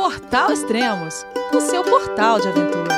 Portal Extremos, o seu portal de aventura.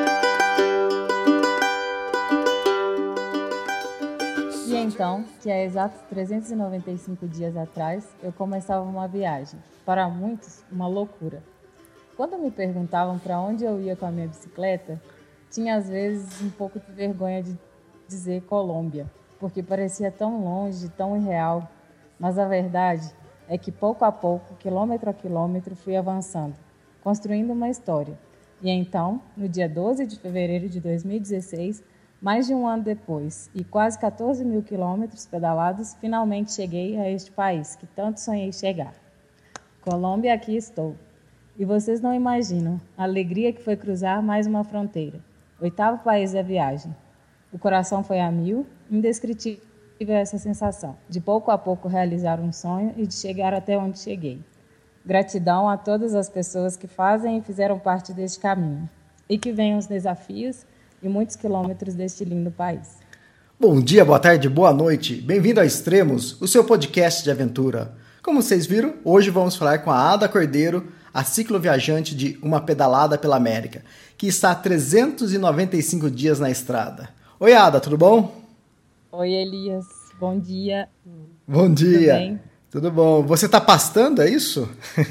E então, que há exatos 395 dias atrás, eu começava uma viagem, para muitos, uma loucura. Quando me perguntavam para onde eu ia com a minha bicicleta, tinha às vezes um pouco de vergonha de dizer Colômbia, porque parecia tão longe, tão irreal. Mas a verdade é que pouco a pouco, quilômetro a quilômetro, fui avançando, construindo uma história. E então, no dia 12 de fevereiro de 2016, mais de um ano depois e quase 14 mil quilômetros pedalados, finalmente cheguei a este país que tanto sonhei chegar. Colômbia, aqui estou. E vocês não imaginam a alegria que foi cruzar mais uma fronteira. 8º país da viagem. O coração foi a mil, indescritível essa sensação de pouco a pouco realizar um sonho e de chegar até onde cheguei. Gratidão a todas as pessoas que fazem e fizeram parte deste caminho. E que venham os desafios e muitos quilômetros deste lindo país. Bom dia, boa tarde, boa noite. Bem-vindo a Extremos, o seu podcast de aventura. Como vocês viram, hoje vamos falar com a Ada Cordeiro, a cicloviajante de Uma Pedalada pela América, que está há 395 dias na estrada. Oi, Ada, tudo bom? Oi, Elias. Bom dia. Bom dia. Tudo bem? Tudo bom. Você está pastando, é isso?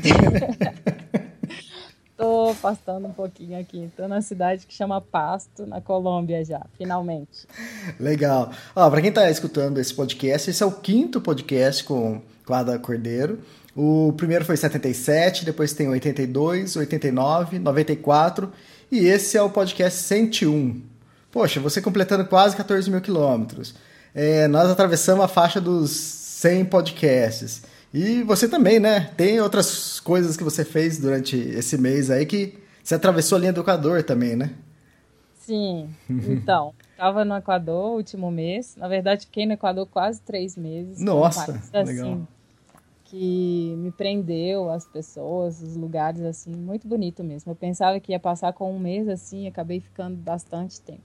Estou pastando um pouquinho aqui. Estou na cidade que chama Pasto, na Colômbia já, finalmente. Legal. Para quem está escutando esse podcast, esse é o 5º podcast com a Ada Cordeiro. O primeiro foi 77, depois tem 82, 89, 94 e esse é o podcast 101. Poxa, você completando quase 14 mil quilômetros. Nós atravessamos a faixa dos 100 podcasts. E você também, né? Tem outras coisas que você fez durante esse mês aí que você atravessou a linha do Equador também, né? Sim. Então, estava no Equador o último mês. Na verdade, fiquei no Equador quase 3 meses. Nossa, um país, legal. Assim, que me prendeu, as pessoas, os lugares, assim, muito bonito mesmo. Eu pensava que ia passar com um mês, assim, e acabei ficando bastante tempo.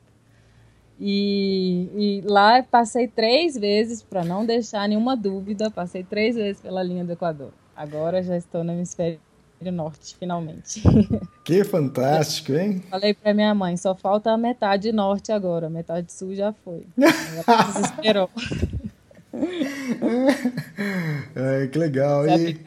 E lá passei 3 vezes, para não deixar nenhuma dúvida, passei 3 vezes pela linha do Equador. Agora já estou no hemisfério norte, finalmente. Que fantástico, hein? Falei para minha mãe, só falta a metade norte agora, a metade sul já foi. Ela desesperou. Que legal.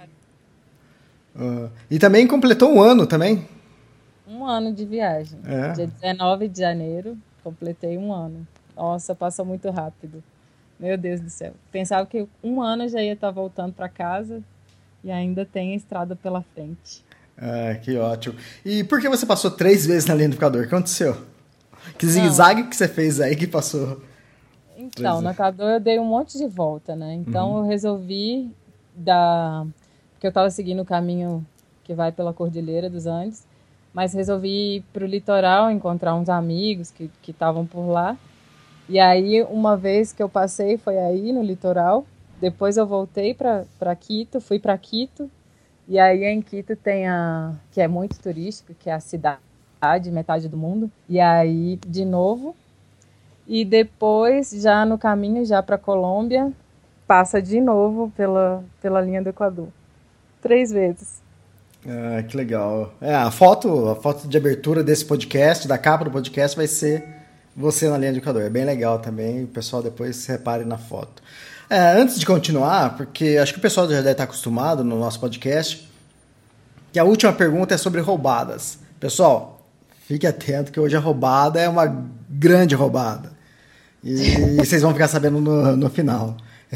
E também completou um ano também? Um ano de viagem. Dia 19 de janeiro. Completei 1 ano. Nossa, passa muito rápido. Meu Deus do céu. Pensava que 1 ano eu já ia estar voltando para casa e ainda tem a estrada pela frente. Que ótimo. E por que você passou 3 vezes na linha do Equador? O que aconteceu? Que zigue-zague que você fez aí que passou? Então, no Equador eu dei um monte de volta, né? Então eu resolvi porque eu estava seguindo o caminho que vai pela Cordilheira dos Andes, mas resolvi ir para o litoral, encontrar uns amigos que estavam por lá. E aí, uma vez que eu passei, foi aí no litoral. Depois eu voltei para Quito, fui para Quito. E aí em Quito tem que é muito turístico, que é a cidade, metade do mundo. E aí, de novo. E depois, já no caminho, já para Colômbia, passa de novo pela linha do Equador. 3 vezes. Que legal. A foto de abertura desse podcast, da capa do podcast, vai ser você na linha do Equador. É bem legal também, o pessoal depois se repare na foto. Antes de continuar, porque acho que o pessoal já deve estar acostumado no nosso podcast, que a última pergunta é sobre roubadas. Pessoal, fique atento que hoje a roubada é uma grande roubada. E vocês vão ficar sabendo no final.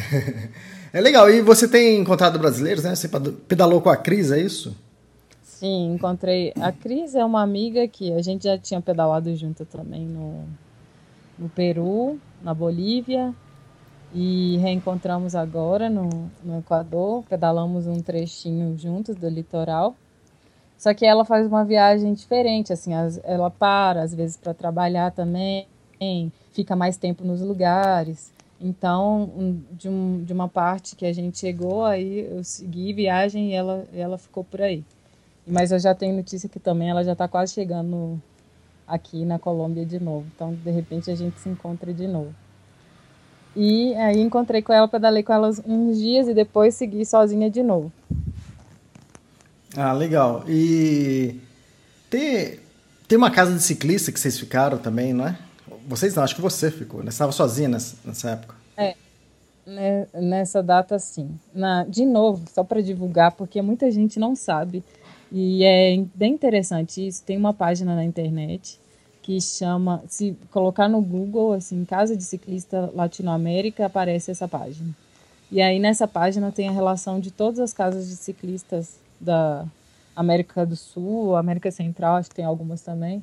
É legal. E você tem encontrado brasileiros, né? Você pedalou com a Cris, é isso? Sim, encontrei. A Cris é uma amiga que a gente já tinha pedalado junto também no Peru, na Bolívia, e reencontramos agora no Equador. Pedalamos um trechinho juntos do litoral. Só que ela faz uma viagem diferente, assim, ela para às vezes para trabalhar também, fica mais tempo nos lugares. Então, de uma parte que a gente chegou, aí eu segui viagem e ela ficou por aí. Mas eu já tenho notícia que também ela já está quase chegando aqui na Colômbia de novo. Então, de repente, a gente se encontra de novo. E aí encontrei com ela, pedalei com ela uns dias e depois segui sozinha de novo. Ah, legal. E tem uma casa de ciclista que vocês ficaram também, não é? Vocês não, acho que você ficou, né? Você estava sozinha nessa época. Nessa data, sim. De novo, só para divulgar, porque muita gente não sabe. E é bem interessante isso. Tem uma página na internet que chama, se colocar no Google, assim, Casa de Ciclista Latinoamérica, aparece essa página. E aí nessa página tem a relação de todas as casas de ciclistas da América do Sul, América Central, acho que tem algumas também.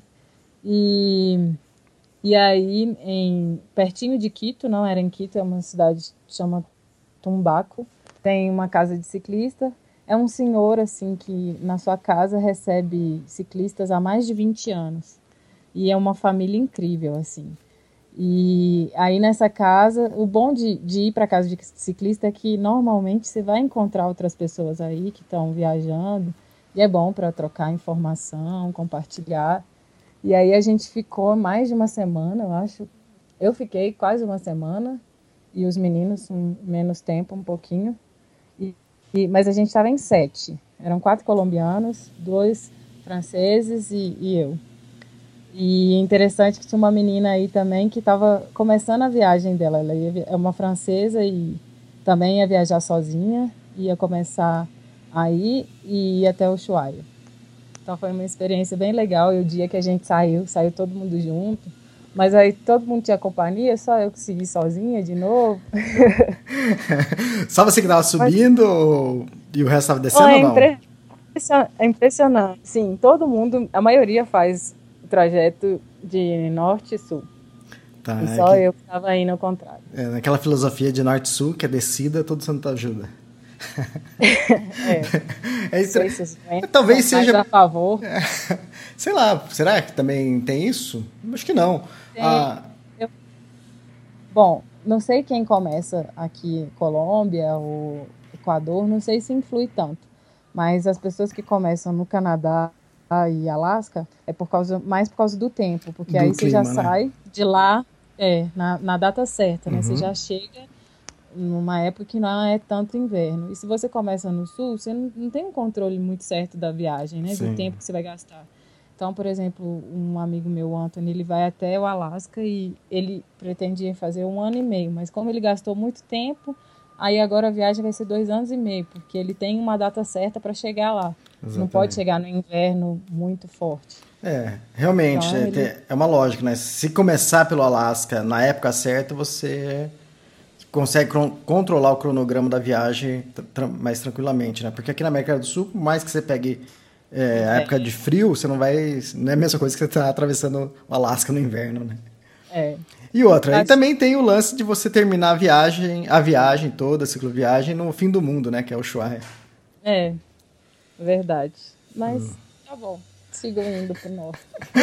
E aí, pertinho de Quito, não era em Quito, é uma cidade que chama Tumbaco, tem uma casa de ciclista. É um senhor, assim, que na sua casa recebe ciclistas há mais de 20 anos. E é uma família incrível, assim. E aí nessa casa, o bom de ir para a casa de ciclista é que normalmente você vai encontrar outras pessoas aí que estão viajando. E é bom para trocar informação, compartilhar. E aí a gente ficou mais de uma semana, eu acho. Eu fiquei quase uma semana e os meninos menos tempo, um pouquinho. Mas a gente estava em 7. Eram 4 colombianos, 2 franceses e eu. E é interessante que tinha uma menina aí também que estava começando a viagem dela. Ela é uma francesa e também ia viajar sozinha. Ia começar aí e ir até Ushuaia. Então foi uma experiência bem legal. E o dia que a gente saiu todo mundo junto. Mas aí todo mundo tinha companhia, só eu que segui sozinha de novo. Só você que estava subindo e o resto estava descendo ou não? É impressionante. Sim, todo mundo, a maioria faz o trajeto de norte e sul. Tá, e só eu que estava indo ao contrário. Naquela filosofia de norte-sul, que é descida, todo santo ajuda. Talvez seja a favor. Sei lá, será que também tem isso? Acho que não. Bom, não sei quem começa aqui, Colômbia ou Equador, não sei se influi tanto, mas as pessoas que começam no Canadá e Alasca é mais por causa do tempo, porque aí você já sai de lá na data certa, né? Você já chega numa época que não é tanto inverno. E se você começa no sul, você não tem um controle muito certo da viagem, né? Do tempo que você vai gastar. Então, por exemplo, um amigo meu, o Anthony, ele vai até o Alasca e ele pretendia fazer 1 ano e meio, mas como ele gastou muito tempo, aí agora a viagem vai ser 2 anos e meio, porque ele tem uma data certa para chegar lá. Exatamente. Não pode chegar no inverno muito forte. Realmente, então, é uma lógica, né? Se começar pelo Alasca na época certa, você consegue controlar o cronograma da viagem mais tranquilamente, né? Porque aqui na América do Sul, por mais que você pegue a época de frio, você não é a mesma coisa que você está atravessando o Alasca no inverno, né? E outra, aí também tem o lance de você terminar a viagem toda, a cicloviagem, no fim do mundo, né? Que é o Ushuaia. Verdade. Mas tá bom, sigo indo pro norte.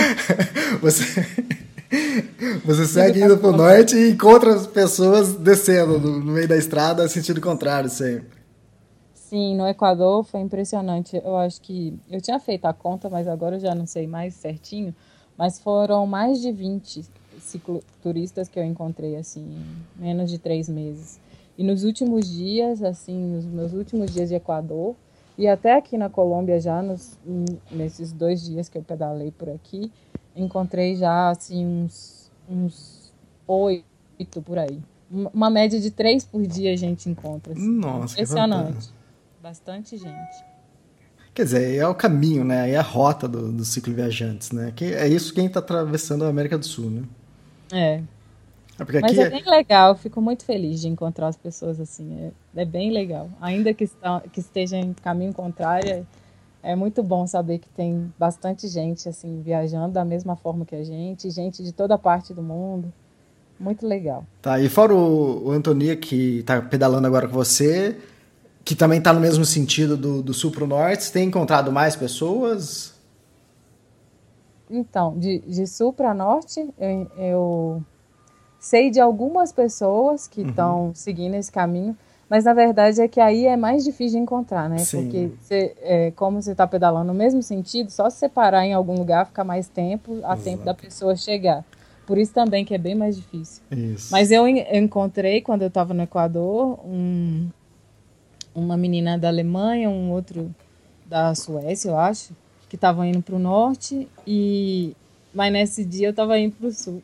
Você segue indo pro norte e encontra as pessoas descendo no meio da estrada, sentido contrário sempre. Sim, no Equador foi impressionante. Eu acho que eu tinha feito a conta, mas agora eu já não sei mais certinho. Mas foram mais de 20 cicloturistas que eu encontrei, assim, em menos de 3 meses. E nos últimos dias, assim, nos meus últimos dias de Equador, e até aqui na Colômbia já, nesses 2 dias que eu pedalei por aqui, encontrei já, assim, uns 8 por aí. Uma média de 3 por dia a gente encontra. Assim. Nossa, impressionante. Bastante gente. Quer dizer, é o caminho, né? É a rota dos cicloviajantes, né? Que é isso quem está atravessando a América do Sul, né? Porque mas aqui é bem legal, eu fico muito feliz de encontrar as pessoas assim, é bem legal. Ainda que esteja em caminho contrário, é muito bom saber que tem bastante gente assim viajando da mesma forma que a gente de toda parte do mundo. Muito legal. Tá, e fora o Antonia, que está pedalando agora com você, que também está no mesmo sentido do sul para o norte, você tem encontrado mais pessoas? Então, de sul para norte, eu sei de algumas pessoas que estão seguindo esse caminho, mas na verdade é que aí é mais difícil de encontrar, né? Sim. Porque como você está pedalando no mesmo sentido, só se você parar em algum lugar fica mais tempo, tempo da pessoa chegar. Por isso também que é bem mais difícil. Isso. Mas eu encontrei, quando eu estava no Equador, uma menina da Alemanha, um outro da Suécia, eu acho, que estavam indo para o norte, mas nesse dia eu estava indo para o sul.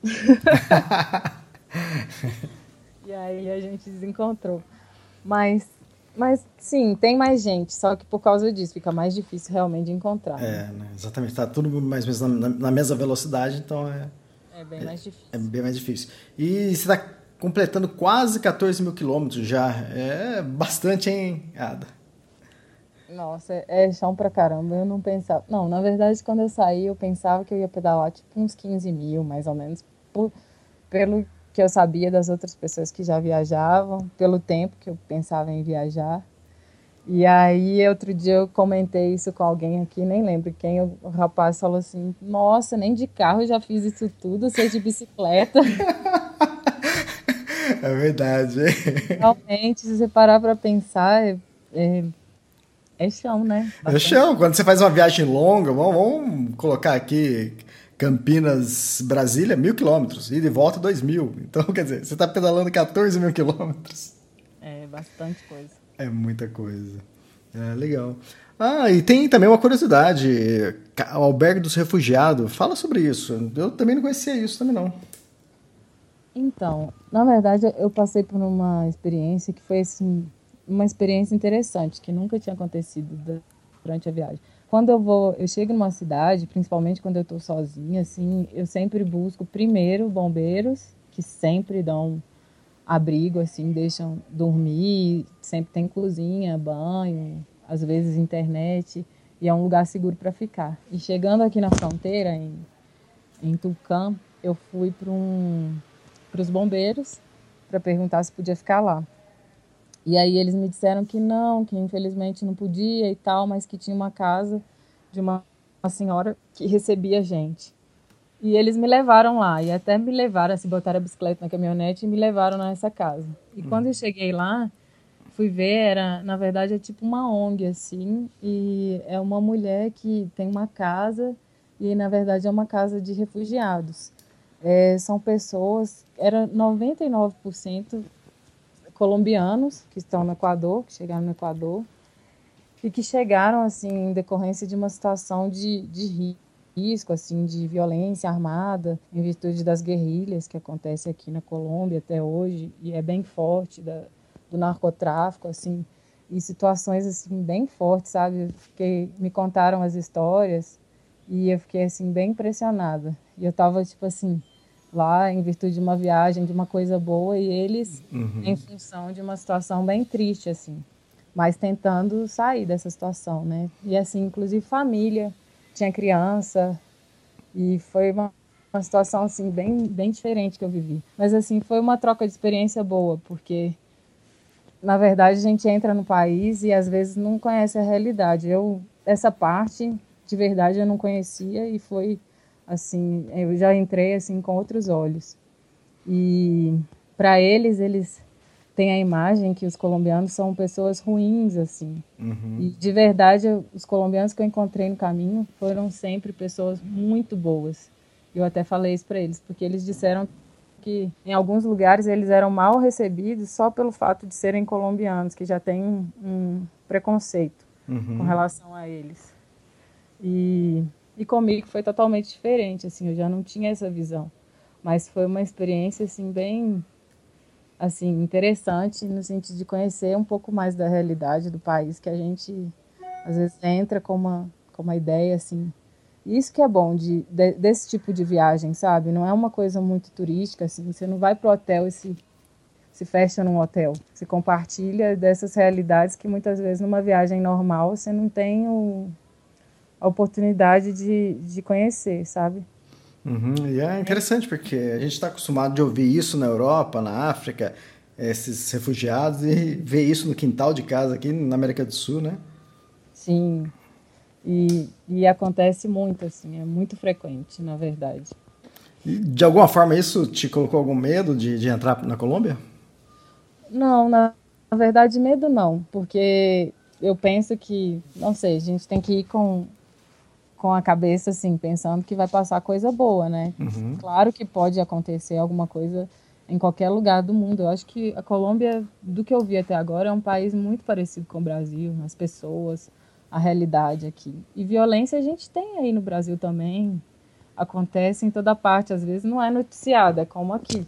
E aí a gente desencontrou. Mas sim, tem mais gente, só que por causa disso fica mais difícil realmente de encontrar. Né, exatamente. Está todo mundo mais ou menos na mesma velocidade, então é bem mais difícil. É bem mais difícil. E você está completando quase 14 mil quilômetros já. É bastante, hein, Ada? Nossa, é chão pra caramba. Eu não pensava... Não, na verdade, quando eu saí, eu pensava que eu ia pedalar tipo uns 15 mil, mais ou menos, pelo que eu sabia das outras pessoas que já viajavam, pelo tempo que eu pensava em viajar. E aí, outro dia eu comentei isso com alguém aqui, nem lembro quem, o rapaz falou assim, nossa, nem de carro eu já fiz isso tudo, sei de bicicleta. É verdade. Realmente, se você parar para pensar, é chão, né? Bastante. É chão. Quando você faz uma viagem longa, vamos colocar aqui Campinas, Brasília, 1.000 quilômetros. Ida e volta, 2.000. Então, quer dizer, você está pedalando 14 mil quilômetros. É bastante coisa. É muita coisa. É legal. Ah, e tem também uma curiosidade. O Albergue dos Refugiados. Fala sobre isso. Eu também não conhecia isso, também não. Então, na verdade, eu passei por uma experiência que foi assim, uma experiência interessante, que nunca tinha acontecido durante a viagem. Quando eu chego numa cidade, principalmente quando eu estou sozinha, assim, eu sempre busco primeiro bombeiros, que sempre dão abrigo, assim, deixam dormir, sempre tem cozinha, banho, às vezes internet, e é um lugar seguro para ficar. E chegando aqui na fronteira, em Tulcán, eu fui para os bombeiros para perguntar se podia ficar lá. E aí eles me disseram que não, que infelizmente não podia e tal, mas que tinha uma casa de uma senhora que recebia gente. E eles me levaram lá, e até me levaram, assim, botaram a bicicleta na caminhonete e me levaram nessa casa. E quando eu cheguei lá, fui ver, na verdade, é tipo uma ONG, assim, e é uma mulher que tem uma casa, e na verdade é uma casa de refugiados. São pessoas, era 99% colombianos que estão no Equador, que chegaram no Equador, e que chegaram, assim, em decorrência de uma situação de risco, assim, de violência armada, em virtude das guerrilhas que acontece aqui na Colômbia até hoje, e é bem forte, do narcotráfico, assim, e situações, assim, bem fortes, sabe? Me contaram as histórias e eu fiquei, assim, bem impressionada. E eu tava, tipo assim, lá em virtude de uma viagem, de uma coisa boa, e eles em função de uma situação bem triste, assim, mas tentando sair dessa situação, né? E, assim, inclusive família, tinha criança, e foi uma situação, assim, bem, bem diferente que eu vivi. Mas, assim, foi uma troca de experiência boa, porque, na verdade, a gente entra no país e, às vezes, não conhece a realidade. Essa parte, de verdade, eu não conhecia e foi, assim, eu já entrei, assim, com outros olhos. E, para eles têm a imagem que os colombianos são pessoas ruins, assim. E, de verdade, os colombianos que eu encontrei no caminho foram sempre pessoas muito boas. Eu até falei isso para eles, porque eles disseram que em alguns lugares eles eram mal recebidos só pelo fato de serem colombianos, que já tem um preconceito com relação a eles. E comigo foi totalmente diferente, assim, eu já não tinha essa visão. Mas foi uma experiência, assim, bem, assim, interessante no sentido de conhecer um pouco mais da realidade do país, que a gente às vezes entra com uma ideia, assim. Isso que é bom desse tipo de viagem, sabe? Não é uma coisa muito turística, assim. Você não vai pro hotel e se fecha num hotel. Você compartilha dessas realidades que muitas vezes numa viagem normal você não tem a oportunidade de conhecer, sabe? E é interessante porque a gente está acostumado de ouvir isso na Europa, na África, esses refugiados, e ver isso no quintal de casa aqui na América do Sul, né? Sim. E acontece muito, assim, é muito frequente, na verdade. E de alguma forma isso te colocou algum medo de entrar na Colômbia? Não, na verdade medo não, porque eu penso que, não sei, a gente tem que ir com a cabeça, assim, pensando que vai passar coisa boa, né? Claro que pode acontecer alguma coisa em qualquer lugar do mundo. Eu acho que a Colômbia, do que eu vi até agora, é um país muito parecido com o Brasil, as pessoas, a realidade aqui. E violência a gente tem aí no Brasil também, acontece em toda parte, às vezes não é noticiada, é como aqui.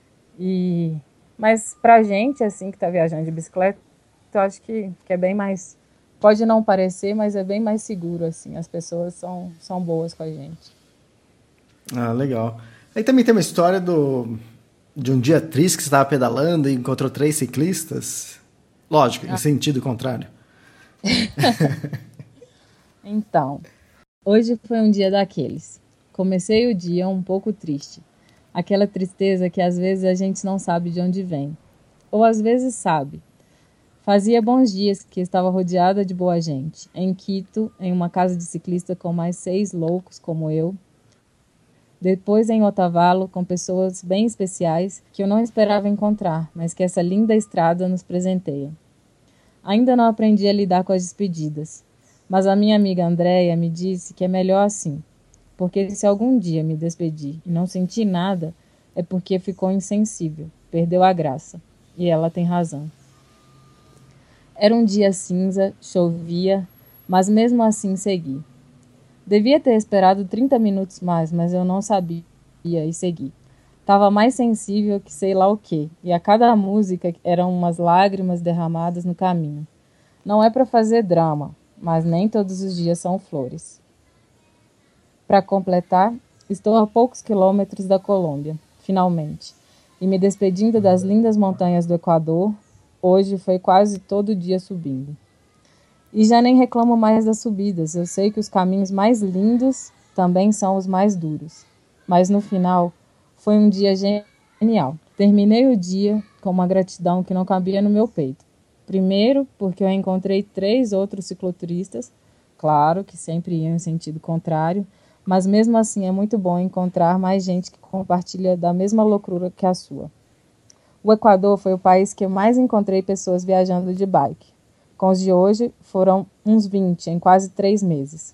Mas pra gente, assim, que tá viajando de bicicleta, eu acho que é bem mais... Pode não parecer, mas é bem mais seguro, assim. As pessoas são boas com a gente. Ah, legal. Aí também tem uma história de um dia triste que você estava pedalando e encontrou 3 ciclistas. Lógico, em sentido contrário. Então, hoje foi um dia daqueles. Comecei o dia um pouco triste. Aquela tristeza que às vezes a gente não sabe de onde vem. Ou às vezes sabe. Fazia bons dias que estava rodeada de boa gente. Em Quito, em uma casa de ciclista com mais 6 loucos como eu. Depois em Otavalo, com pessoas bem especiais que eu não esperava encontrar, mas que essa linda estrada nos presenteia. Ainda não aprendi a lidar com as despedidas, mas a minha amiga Andréia me disse que é melhor assim, porque se algum dia me despedir e não sentir nada, é porque ficou insensível, perdeu a graça. E ela tem razão. Era um dia cinza, chovia, mas mesmo assim segui. Devia ter esperado 30 minutos mais, mas eu não sabia e segui. Tava mais sensível que sei lá o quê, e a cada música eram umas lágrimas derramadas no caminho. Não é para fazer drama, mas nem todos os dias são flores. Para completar, estou a poucos quilômetros da Colômbia, finalmente, e me despedindo das lindas montanhas do Equador. Hoje foi quase todo dia subindo. E já nem reclamo mais das subidas. Eu sei que os caminhos mais lindos também são os mais duros. Mas no final, foi um dia genial. Terminei o dia com uma gratidão que não cabia no meu peito. Primeiro, porque eu encontrei 3 outros cicloturistas, claro que sempre iam em sentido contrário, mas mesmo assim é muito bom encontrar mais gente que compartilha da mesma loucura que a sua. O Equador foi o país que eu mais encontrei pessoas viajando de bike. Com os de hoje, foram uns 20 em quase 3 meses.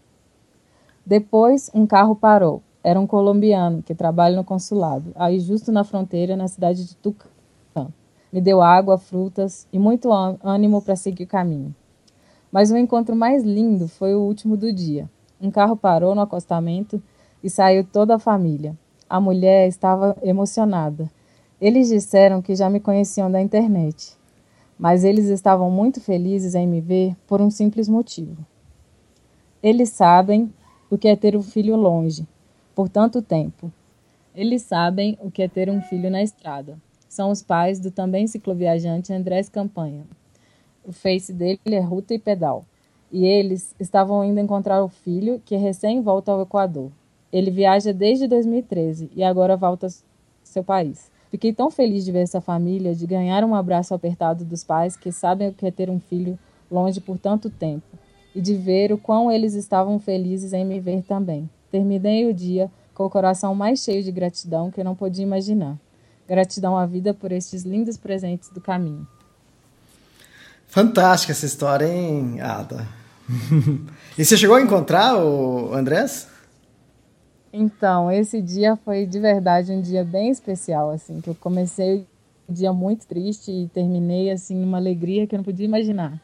Depois, um carro parou. Era um colombiano que trabalha no consulado, aí justo na fronteira, na cidade de Tucumã. Me deu água, frutas e muito ânimo para seguir o caminho. Mas o encontro mais lindo foi o último do dia. Um carro parou no acostamento e saiu toda a família. A mulher estava emocionada. Eles disseram que já me conheciam da internet. Mas eles estavam muito felizes em me ver por um simples motivo. Eles sabem o que é ter um filho longe, por tanto tempo. Eles sabem o que é ter um filho na estrada. São os pais do também cicloviajante Andrés Campanha. O Face dele é Ruta e Pedal. E eles estavam indo encontrar o filho, que recém volta ao Equador. Ele viaja desde 2013 e agora volta ao seu país. Fiquei tão feliz de ver essa família, de ganhar um abraço apertado dos pais que sabem o que é ter um filho longe por tanto tempo. E de ver o quão eles estavam felizes em me ver também. Terminei o dia com o coração mais cheio de gratidão que eu não podia imaginar. Gratidão à vida por estes lindos presentes do caminho. Fantástica essa história, hein, Ada? E você chegou a encontrar o Andrés? Então, esse dia foi de verdade um dia bem especial, assim, que eu comecei o dia muito triste e terminei, assim, numa alegria que eu não podia imaginar.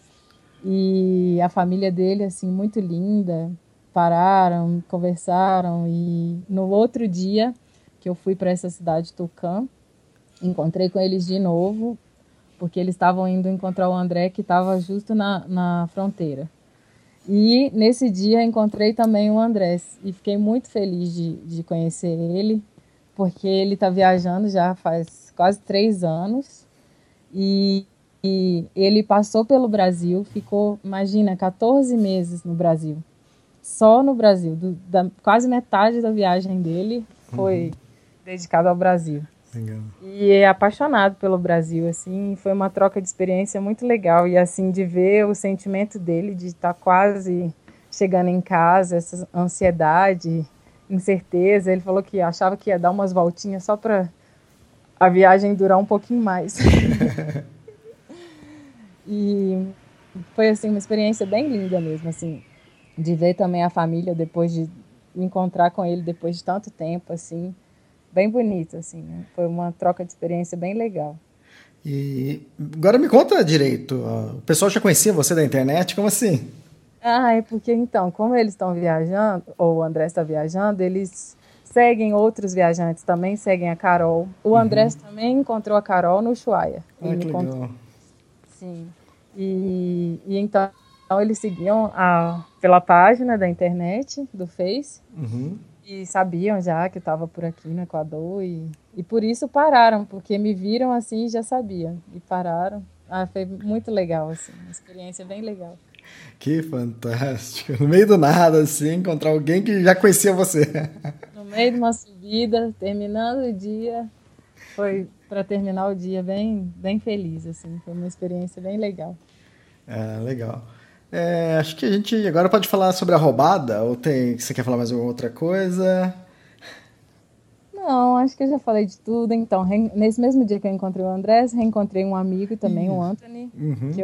E a família dele, assim, muito linda, pararam, conversaram e no outro dia que eu fui para essa cidade, Tucumã, encontrei com eles de novo, porque eles estavam indo encontrar o André, que estava justo na fronteira. E nesse dia encontrei também o Andrés e fiquei muito feliz de conhecer ele, porque ele está viajando já faz quase 3 anos e ele passou pelo Brasil, ficou, imagina, 14 meses no Brasil, só no Brasil, quase metade da viagem dele foi dedicada ao Brasil. Legal. E é apaixonado pelo Brasil, assim, foi uma troca de experiência muito legal e assim de ver o sentimento dele de estar quase chegando em casa, essa ansiedade, incerteza. Ele falou que achava que ia dar umas voltinhas só para a viagem durar um pouquinho mais. E foi assim uma experiência bem linda mesmo, assim, de ver também a família depois de encontrar com ele depois de tanto tempo, assim. Bem bonito, assim, né? Foi uma troca de experiência bem legal. E agora me conta direito, o pessoal já conhecia você da internet? Como assim? É porque então, como eles estão viajando, ou o André está viajando, eles seguem outros viajantes, também seguem a Carol. O André também encontrou a Carol no Ushuaia. Ele Que me legal. contou. Sim. E então eles seguiam pela página da internet, do Face, e sabiam já que eu estava por aqui no Equador, e por isso pararam, porque me viram assim e já sabiam, e pararam. Foi muito legal, assim, uma experiência bem legal. Que fantástico. No meio do nada, assim, encontrar alguém que já conhecia você. No meio de uma subida, terminando o dia, foi para terminar o dia bem, bem feliz, assim, foi uma experiência bem legal. Legal. Acho que a gente agora pode falar sobre a roubada, ou você quer falar mais alguma outra coisa? Não, acho que eu já falei de tudo. Então, nesse mesmo dia que eu encontrei o Andrés, reencontrei um amigo também, o Anthony, que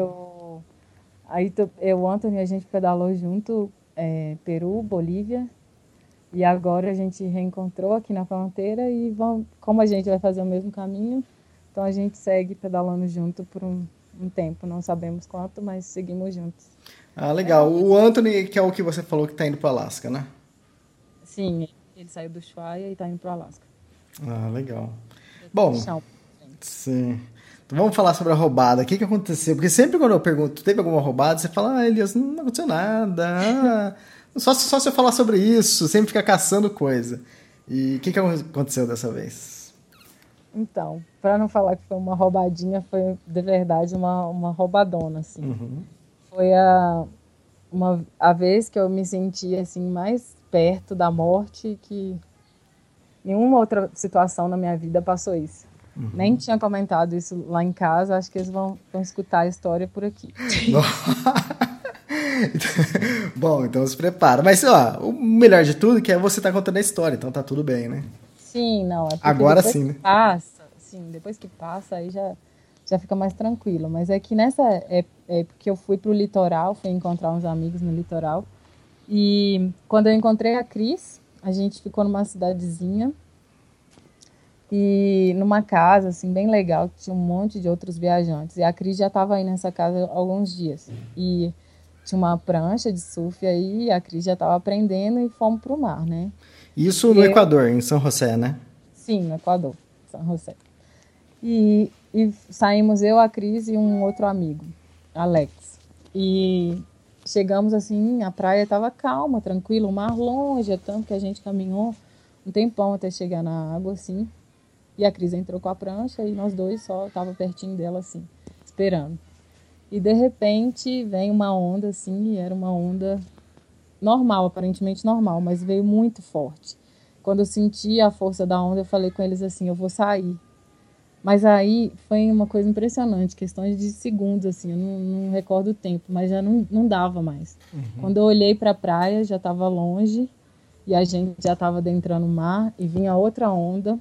o Anthony, a gente pedalou junto, Peru, Bolívia, e agora a gente reencontrou aqui na fronteira e como a gente vai fazer o mesmo caminho, então a gente segue pedalando junto por um tempo, não sabemos quanto, mas seguimos juntos. Legal. O Anthony, que é o que você falou que está indo para o Alasca, né? Sim, ele saiu do Ushuaia e está indo para o Alasca. Legal. Bom, sim. Então vamos falar sobre a roubada. O que aconteceu? Porque sempre quando eu pergunto, teve alguma roubada, você fala, Elias, não aconteceu nada. Só se eu falar sobre isso, sempre fica caçando coisa. E o que aconteceu dessa vez? Então, para não falar que foi uma roubadinha, foi de verdade uma roubadona, assim. Foi a vez que eu me senti assim, mais perto da morte que nenhuma outra situação na minha vida passou isso. Nem tinha comentado isso lá em casa, acho que eles vão escutar a história por aqui. Bom, então se prepara. Mas, o melhor de tudo é que você tá contando a história, então tá tudo bem, né? Sim, não. É porque agora sim, né? Depois que passa, aí já fica mais tranquilo. Mas é que nessa porque eu fui pro litoral, fui encontrar uns amigos no litoral. E quando eu encontrei a Cris, a gente ficou numa cidadezinha e numa casa, assim, bem legal, que tinha um monte de outros viajantes. E a Cris já estava aí nessa casa há alguns dias. E tinha uma prancha de surf aí, e a Cris já estava aprendendo e fomos pro mar, né? Isso no Equador, em São José, né? Sim, no Equador, São José. E saímos eu, a Cris e um outro amigo, Alex. E chegamos assim, a praia estava calma, tranquila, o mar longe, tanto que a gente caminhou um tempão até chegar na água, assim. E a Cris entrou com a prancha e nós dois só tava pertinho dela, assim, esperando. E de repente vem uma onda, assim, e era uma onda normal, aparentemente normal, mas veio muito forte. Quando eu senti a força da onda, eu falei com eles assim, eu vou sair. Mas aí foi uma coisa impressionante, questões de segundos, assim, eu não recordo o tempo, mas já não dava mais. Quando eu olhei para a praia, já estava longe, e a gente já estava adentrando o mar, e vinha outra onda,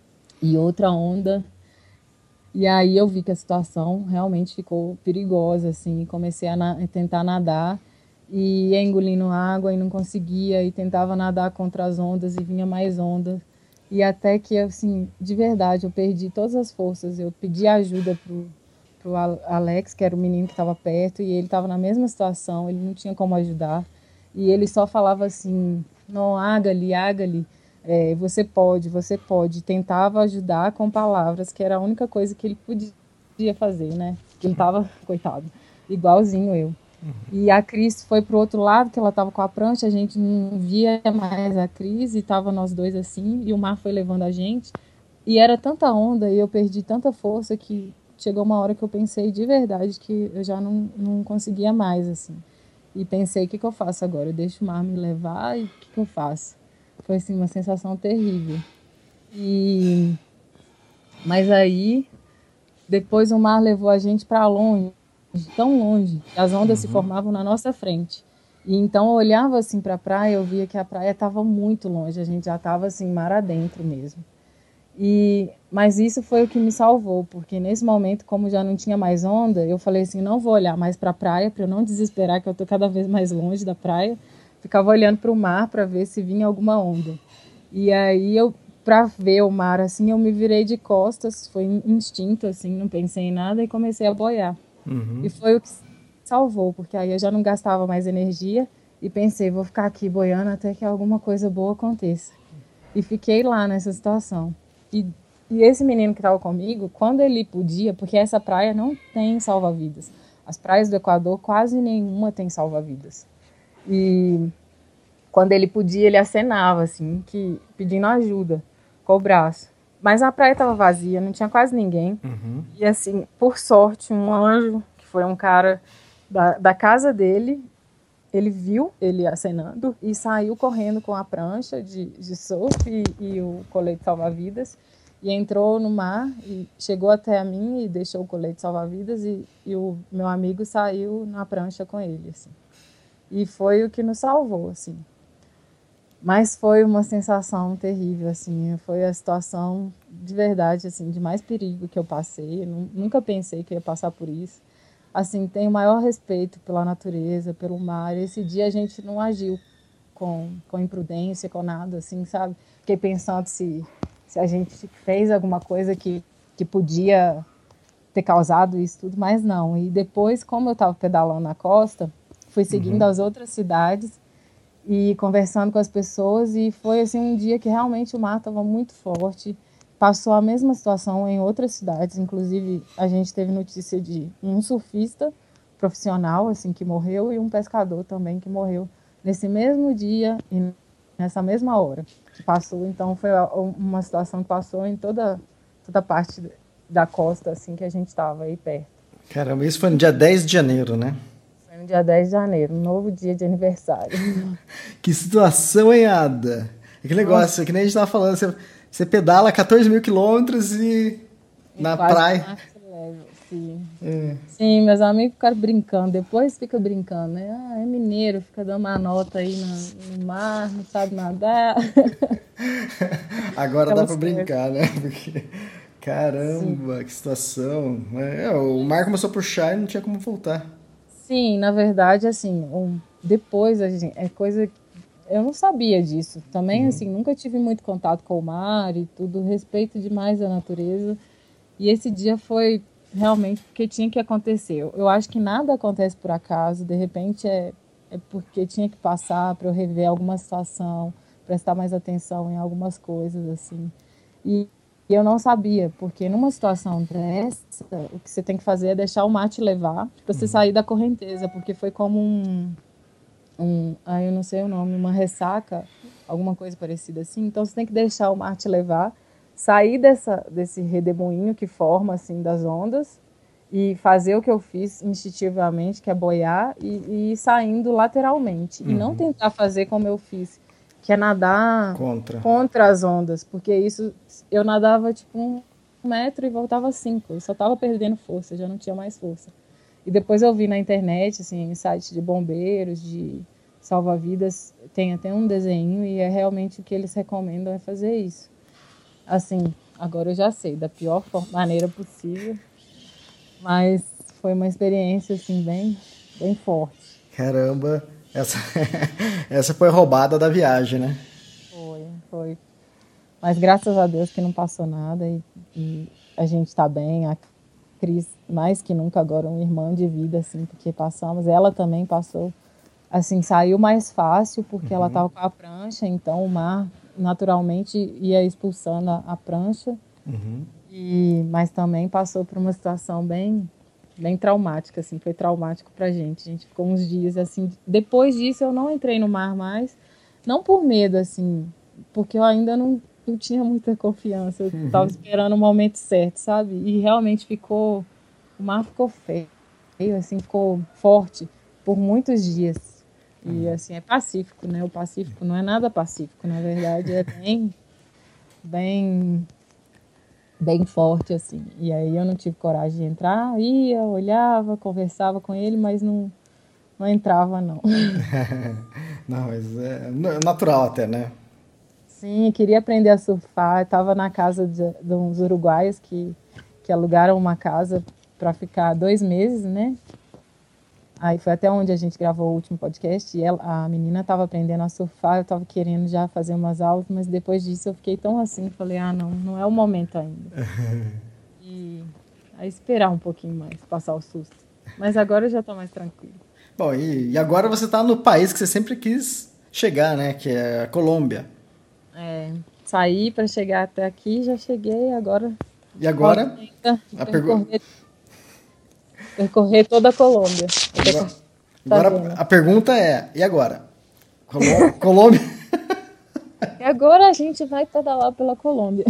e aí eu vi que a situação realmente ficou perigosa, assim, comecei a tentar nadar, e ia engolindo água e não conseguia, e tentava nadar contra as ondas, e vinha mais onda. E até que, assim, de verdade, eu perdi todas as forças. Eu pedi ajuda pro Alex, que era o menino que estava perto, e ele estava na mesma situação, ele não tinha como ajudar. E ele só falava assim, não, Ágali, você pode. Tentava ajudar com palavras, que era a única coisa que ele podia fazer, né? Que ele estava, coitado, igualzinho eu. E a Cris foi pro outro lado, que ela estava com a prancha, a gente não via mais a Cris e tava nós dois assim, e o mar foi levando a gente. E era tanta onda e eu perdi tanta força que chegou uma hora que eu pensei de verdade que eu já não conseguia mais, assim. E pensei, o que eu faço agora? Eu deixo o mar me levar e o que eu faço? Foi, assim, uma sensação terrível. Mas aí, depois o mar levou a gente para longe, tão longe, as ondas se formavam na nossa frente. E então eu olhava assim para a praia, eu via que a praia estava muito longe, a gente já estava assim mar adentro mesmo. Mas isso foi o que me salvou, porque nesse momento, como já não tinha mais onda, eu falei assim, não vou olhar mais para a praia, para eu não desesperar que eu estou cada vez mais longe da praia. Ficava olhando para o mar para ver se vinha alguma onda. E aí para ver o mar assim, eu me virei de costas, foi instinto assim, não pensei em nada e comecei a boiar. E foi o que salvou, porque aí eu já não gastava mais energia e pensei, vou ficar aqui boiando até que alguma coisa boa aconteça. E fiquei lá nessa situação. E esse menino que estava comigo, quando ele podia, porque essa praia não tem salva-vidas. As praias do Equador, quase nenhuma tem salva-vidas. E quando ele podia, ele acenava, assim, pedindo ajuda com o braço. Mas a praia estava vazia, não tinha quase ninguém. Uhum. E assim, por sorte, um anjo, que foi um cara da casa dele, ele viu ele acenando e saiu correndo com a prancha de surf e o colete salva-vidas e entrou no mar e chegou até a mim e deixou o colete salva-vidas e o meu amigo saiu na prancha com ele, assim. E foi o que nos salvou, assim. Mas foi uma sensação terrível, assim, foi a situação de verdade, assim, de mais perigo que eu passei. Eu nunca pensei que eu ia passar por isso. Assim, tenho o maior respeito pela natureza, pelo mar. Esse dia a gente não agiu com imprudência, com nada, assim, sabe? Fiquei pensando se a gente fez alguma coisa que podia ter causado isso tudo, mas não. E depois, como eu estava pedalando na costa, fui seguindo as outras cidades e conversando com as pessoas, e foi assim um dia que realmente o mar estava muito forte. Passou a mesma situação em outras cidades, inclusive a gente teve notícia de um surfista profissional assim que morreu e um pescador também que morreu nesse mesmo dia e nessa mesma hora que passou. Então foi uma situação que passou em toda parte da costa assim que a gente estava aí perto. Caramba, isso foi no dia 10 de janeiro, né? No dia 10 de janeiro, um novo dia de aniversário. Que situação, hein, Ada? Aquele negócio, que nem a gente tava falando, você pedala 14 mil quilômetros e na praia. Sim. Sim, meus amigos ficaram brincando, depois fica brincando, né? Ah, é mineiro, fica dando uma nota aí no mar, não sabe nadar. Agora dá pra brincar, né? Porque, caramba, sim, que situação. O mar começou a puxar e não tinha como voltar. Sim, na verdade, assim, depois é coisa que eu não sabia disso. Também, assim, nunca tive muito contato com o mar e tudo, respeito demais a natureza. E esse dia foi realmente porque tinha que acontecer. Eu acho que nada acontece por acaso, de repente é porque tinha que passar para eu rever alguma situação, prestar mais atenção em algumas coisas, assim. E eu não sabia, porque numa situação dessa, o que você tem que fazer é deixar o mar te levar para você sair da correnteza, porque foi como eu não sei o nome, uma ressaca, alguma coisa parecida assim. Então você tem que deixar o mar te levar, sair desse redemoinho que forma assim das ondas e fazer o que eu fiz instintivamente, que é boiar e ir saindo lateralmente. E não tentar fazer como eu fiz, que é nadar contra as ondas, porque isso eu nadava tipo 1 metro e voltava 5, eu só estava perdendo força, já não tinha mais força. E depois eu vi na internet, assim, em site de bombeiros, de salva-vidas, tem até um desenho e é realmente o que eles recomendam é fazer isso. Assim, agora eu já sei, da pior maneira possível, mas foi uma experiência, assim, bem forte. Caramba, essa foi roubada da viagem, né? Foi. Mas graças a Deus que não passou nada e a gente tá bem. A Cris, mais que nunca agora, uma irmã de vida, assim, porque passamos. Ela também passou, assim, saiu mais fácil porque ela tava com a prancha, então o mar naturalmente ia expulsando a prancha. Mas também passou por uma situação bem traumática, assim, foi traumático pra gente. A gente ficou uns dias, assim, depois disso eu não entrei no mar mais, não por medo, assim, porque eu ainda não tinha muita confiança, eu tava esperando o momento certo, sabe? E realmente o mar ficou feio, assim, ficou forte por muitos dias. E, assim, é pacífico, né? O Pacífico não é nada pacífico, na verdade, é bem forte, assim. E aí eu não tive coragem de entrar, ia, olhava, conversava com ele, mas não entrava, não. Não, mas é natural até, né? Sim, queria aprender a surfar. Estava na casa de uns uruguaios que alugaram uma casa para ficar 2 meses, né? Aí foi até onde a gente gravou o último podcast e a menina estava aprendendo a surfar, eu estava querendo já fazer umas aulas, mas depois disso eu fiquei tão assim, falei, não é o momento ainda. E aí esperar um pouquinho mais, passar o susto. Mas agora eu já tô mais tranquilo. Bom, e agora você está no país que você sempre quis chegar, né? Que é a Colômbia. Saí para chegar até aqui, já cheguei, agora... E agora? Percorrer toda a Colômbia. Agora a pergunta é, e agora? Colômbia? E agora a gente vai pedalar pela Colômbia.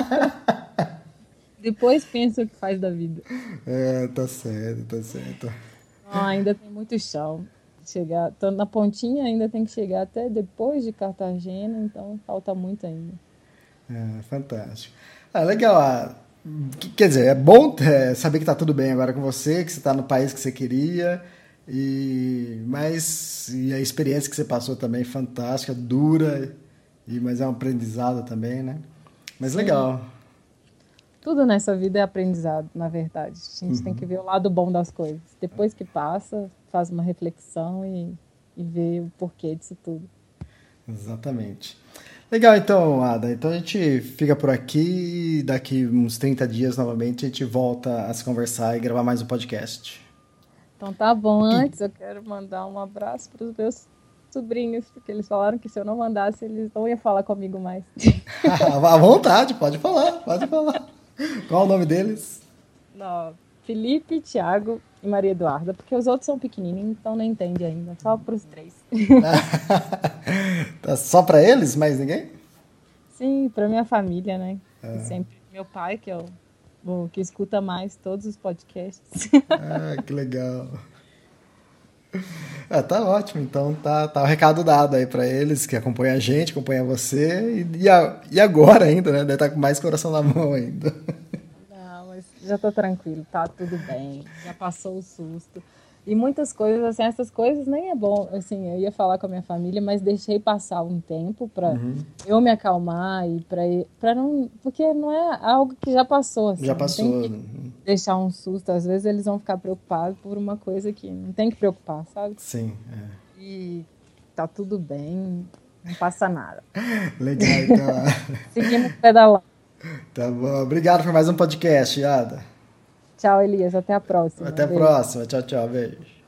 Depois pensa o que faz da vida. Tá certo. Ainda tem muito chão. Tô na pontinha, ainda tem que chegar até depois de Cartagena, então falta muito ainda. Fantástico. Legal. Quer dizer, é bom saber que tá tudo bem agora com você, que você tá no país que você queria, e a experiência que você passou também fantástica, dura, mas é um aprendizado também, né? Mas sim. Legal. Tudo nessa vida é aprendizado, na verdade. A gente tem que ver o lado bom das coisas. Depois que passa, faz uma reflexão e vê o porquê disso tudo. Exatamente. Legal, então, Ada. Então a gente fica por aqui e daqui uns 30 dias, novamente, a gente volta a se conversar e gravar mais um podcast. Então tá bom. Antes eu quero mandar um abraço para os meus sobrinhos, porque eles falaram que se eu não mandasse, eles não iam falar comigo mais. À vontade, pode falar. Qual o nome deles? Não, Felipe, Thiago e Maria Eduarda, porque os outros são pequenininhos, então não entende ainda, só para os 3. Tá só para eles, mais ninguém? Sim, para minha família, né? Sempre meu pai, que é o que escuta mais todos os podcasts. Que legal. Tá ótimo, então tá o recado dado aí para eles que acompanham a gente, acompanham você e agora ainda, né? Deve estar com mais coração na mão ainda. Não, mas já tô tranquilo, tá tudo bem, já passou o susto. E muitas coisas, assim, essas coisas nem é bom, assim, eu ia falar com a minha família, mas deixei passar um tempo para eu me acalmar e para não, porque não é algo que já passou, assim. Já passou. Não tem que deixar um susto, às vezes eles vão ficar preocupados por uma coisa que não tem que preocupar, sabe? Sim. E tá tudo bem, não passa nada. Legal, então. Seguimos pedalando. Tá bom, obrigado por mais um podcast, Ada. Tchau, Elias. Até a próxima. Até a próxima. Tchau, beijo.